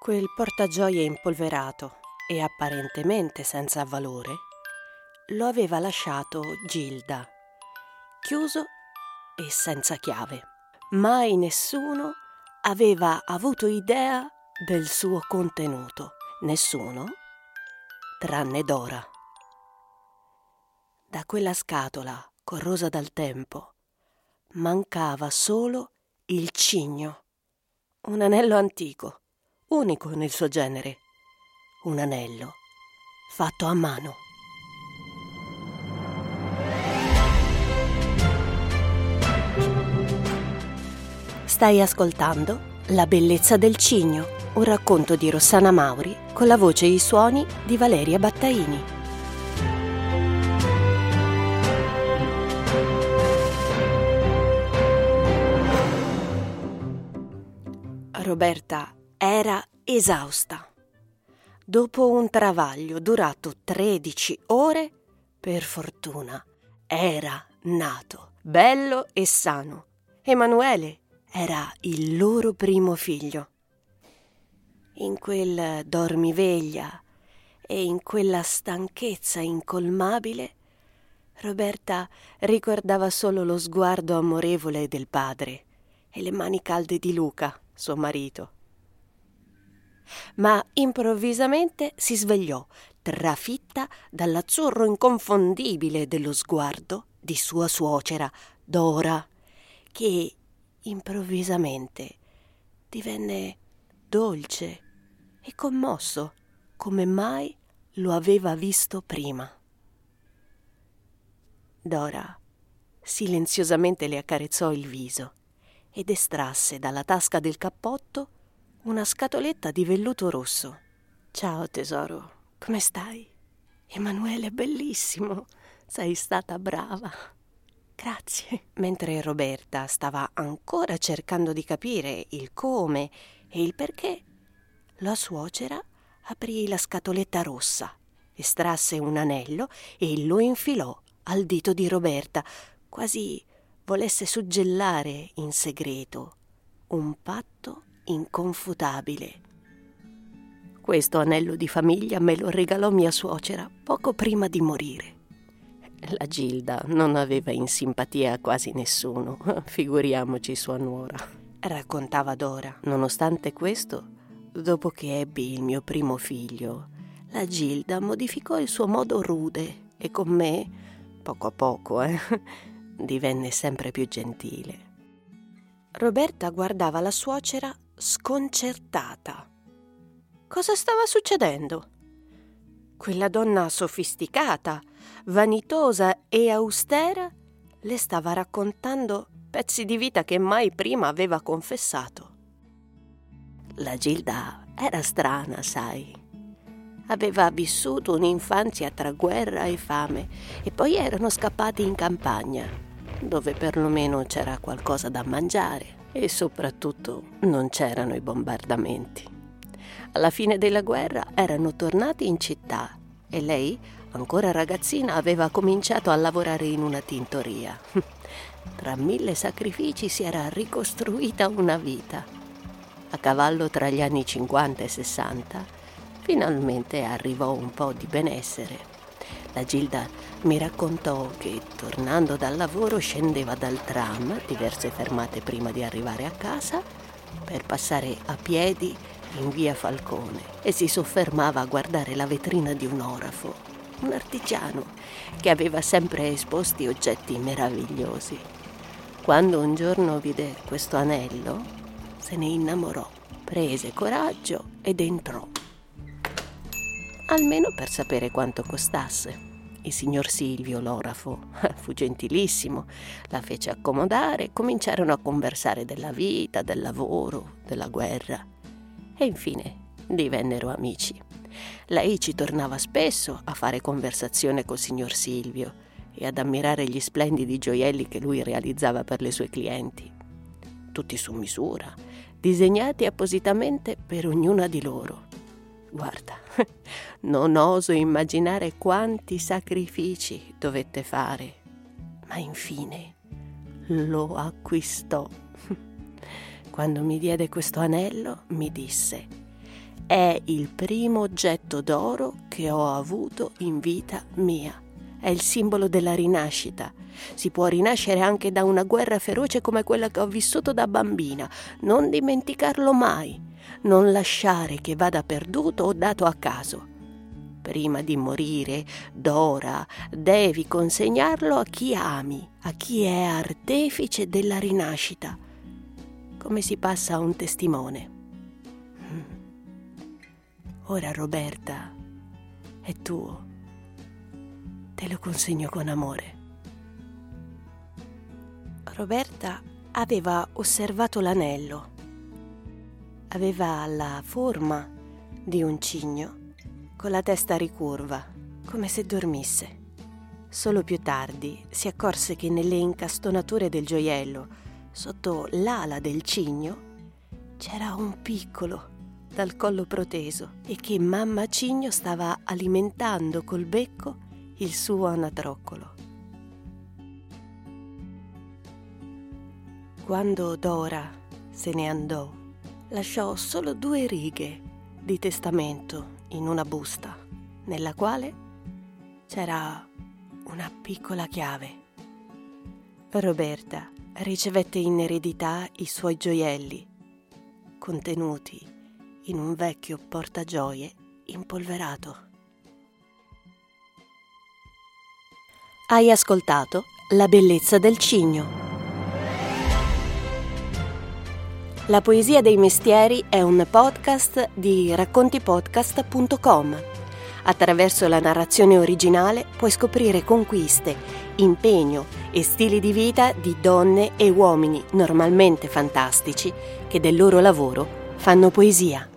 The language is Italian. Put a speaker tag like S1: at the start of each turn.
S1: Quel portagioie impolverato e apparentemente senza valore lo aveva lasciato Gilda, chiuso e senza chiave. Mai nessuno aveva avuto idea del suo contenuto, nessuno tranne Dora. Da quella scatola corrosa dal tempo mancava solo il cigno, un anello antico, unico nel suo genere, un anello fatto a mano. Stai ascoltando La bellezza del cigno, un racconto di Rossana Mauri con la voce e i suoni di Valeria Battaini. Roberta era esausta. Dopo un travaglio durato 13 ore, per fortuna, era nato, bello e sano. Emanuele era il loro primo figlio. In quel dormiveglia e in quella stanchezza incolmabile, Roberta ricordava solo lo sguardo amorevole del padre e le mani calde di Luca, suo marito. Ma improvvisamente si svegliò, trafitta dall'azzurro inconfondibile dello sguardo di sua suocera, Dora, che improvvisamente divenne dolce e commosso come mai lo aveva visto prima. Dora silenziosamente le accarezzò il viso ed estrasse dalla tasca del cappotto una scatoletta di velluto rosso. «Ciao tesoro, come stai? Emanuele è bellissimo, sei stata brava». «Grazie». Mentre Roberta stava ancora cercando di capire il come e il perché, la suocera aprì la scatoletta rossa, estrasse un anello e lo infilò al dito di Roberta, quasi volesse suggellare in segreto un patto inconfutabile. «Questo anello di famiglia me lo regalò mia suocera poco prima di morire. La Gilda non aveva in simpatia quasi nessuno, figuriamoci sua nuora», raccontava Dora. «Nonostante questo, dopo che ebbi il mio primo figlio, la Gilda modificò il suo modo rude e con me, poco a poco, divenne sempre più gentile». Roberta guardava la suocera sconcertata. Cosa stava succedendo? Quella donna sofisticata, vanitosa e austera le stava raccontando pezzi di vita che mai prima aveva confessato. La Gilda era strana, sai. Aveva vissuto un'infanzia tra guerra e fame e poi erano scappati in campagna, dove perlomeno c'era qualcosa da mangiare e soprattutto non c'erano i bombardamenti. Alla fine della guerra erano tornati in città e lei, ancora ragazzina, aveva cominciato a lavorare in una tintoria. Tra 1000 sacrifici si era ricostruita una vita. A cavallo tra gli anni 50 e 60, finalmente arrivò un po' di benessere. La Gilda mi raccontò che, tornando dal lavoro, scendeva dal tram, diverse fermate prima di arrivare a casa, per passare a piedi in via Falcone e si soffermava a guardare la vetrina di un orafo, un artigiano che aveva sempre esposti oggetti meravigliosi. Quando un giorno vide questo anello, se ne innamorò, prese coraggio ed entrò, almeno per sapere quanto costasse. Il signor Silvio, l'orafo, fu gentilissimo, la fece accomodare e cominciarono a conversare della vita, del lavoro, della guerra e infine divennero amici. Lei ci tornava spesso a fare conversazione col signor Silvio e ad ammirare gli splendidi gioielli che lui realizzava per le sue clienti, tutti su misura, disegnati appositamente per ognuna di loro. Guarda, non oso immaginare quanti sacrifici dovette fare, ma infine lo acquistò. Quando mi diede questo anello, mi disse: È il primo oggetto d'oro che ho avuto in vita mia. È il simbolo della rinascita. Si può rinascere anche da una guerra feroce come quella che ho vissuto da bambina. Non dimenticarlo mai. Non lasciare che vada perduto o dato a caso. Prima di morire, Dora, devi consegnarlo a chi ami, a chi è artefice della rinascita, come si passa a un testimone. Ora, Roberta, è tuo. Te lo consegno con amore. Roberta aveva osservato l'anello. Aveva la forma di un cigno con la testa ricurva, come se dormisse. Solo più tardi si accorse che nelle incastonature del gioiello, sotto l'ala del cigno, c'era un piccolo dal collo proteso e che mamma cigno stava alimentando col becco il suo anatroccolo. Quando Dora se ne andò, lasciò solo 2 righe di testamento in una busta, nella quale c'era una piccola chiave. Roberta ricevette in eredità i suoi gioielli, contenuti in un vecchio portagioie impolverato. Hai ascoltato La bellezza del cigno. La poesia dei mestieri è un podcast di raccontipodcast.com. Attraverso la narrazione originale puoi scoprire conquiste, impegno e stili di vita di donne e uomini normalmente fantastici che del loro lavoro fanno poesia.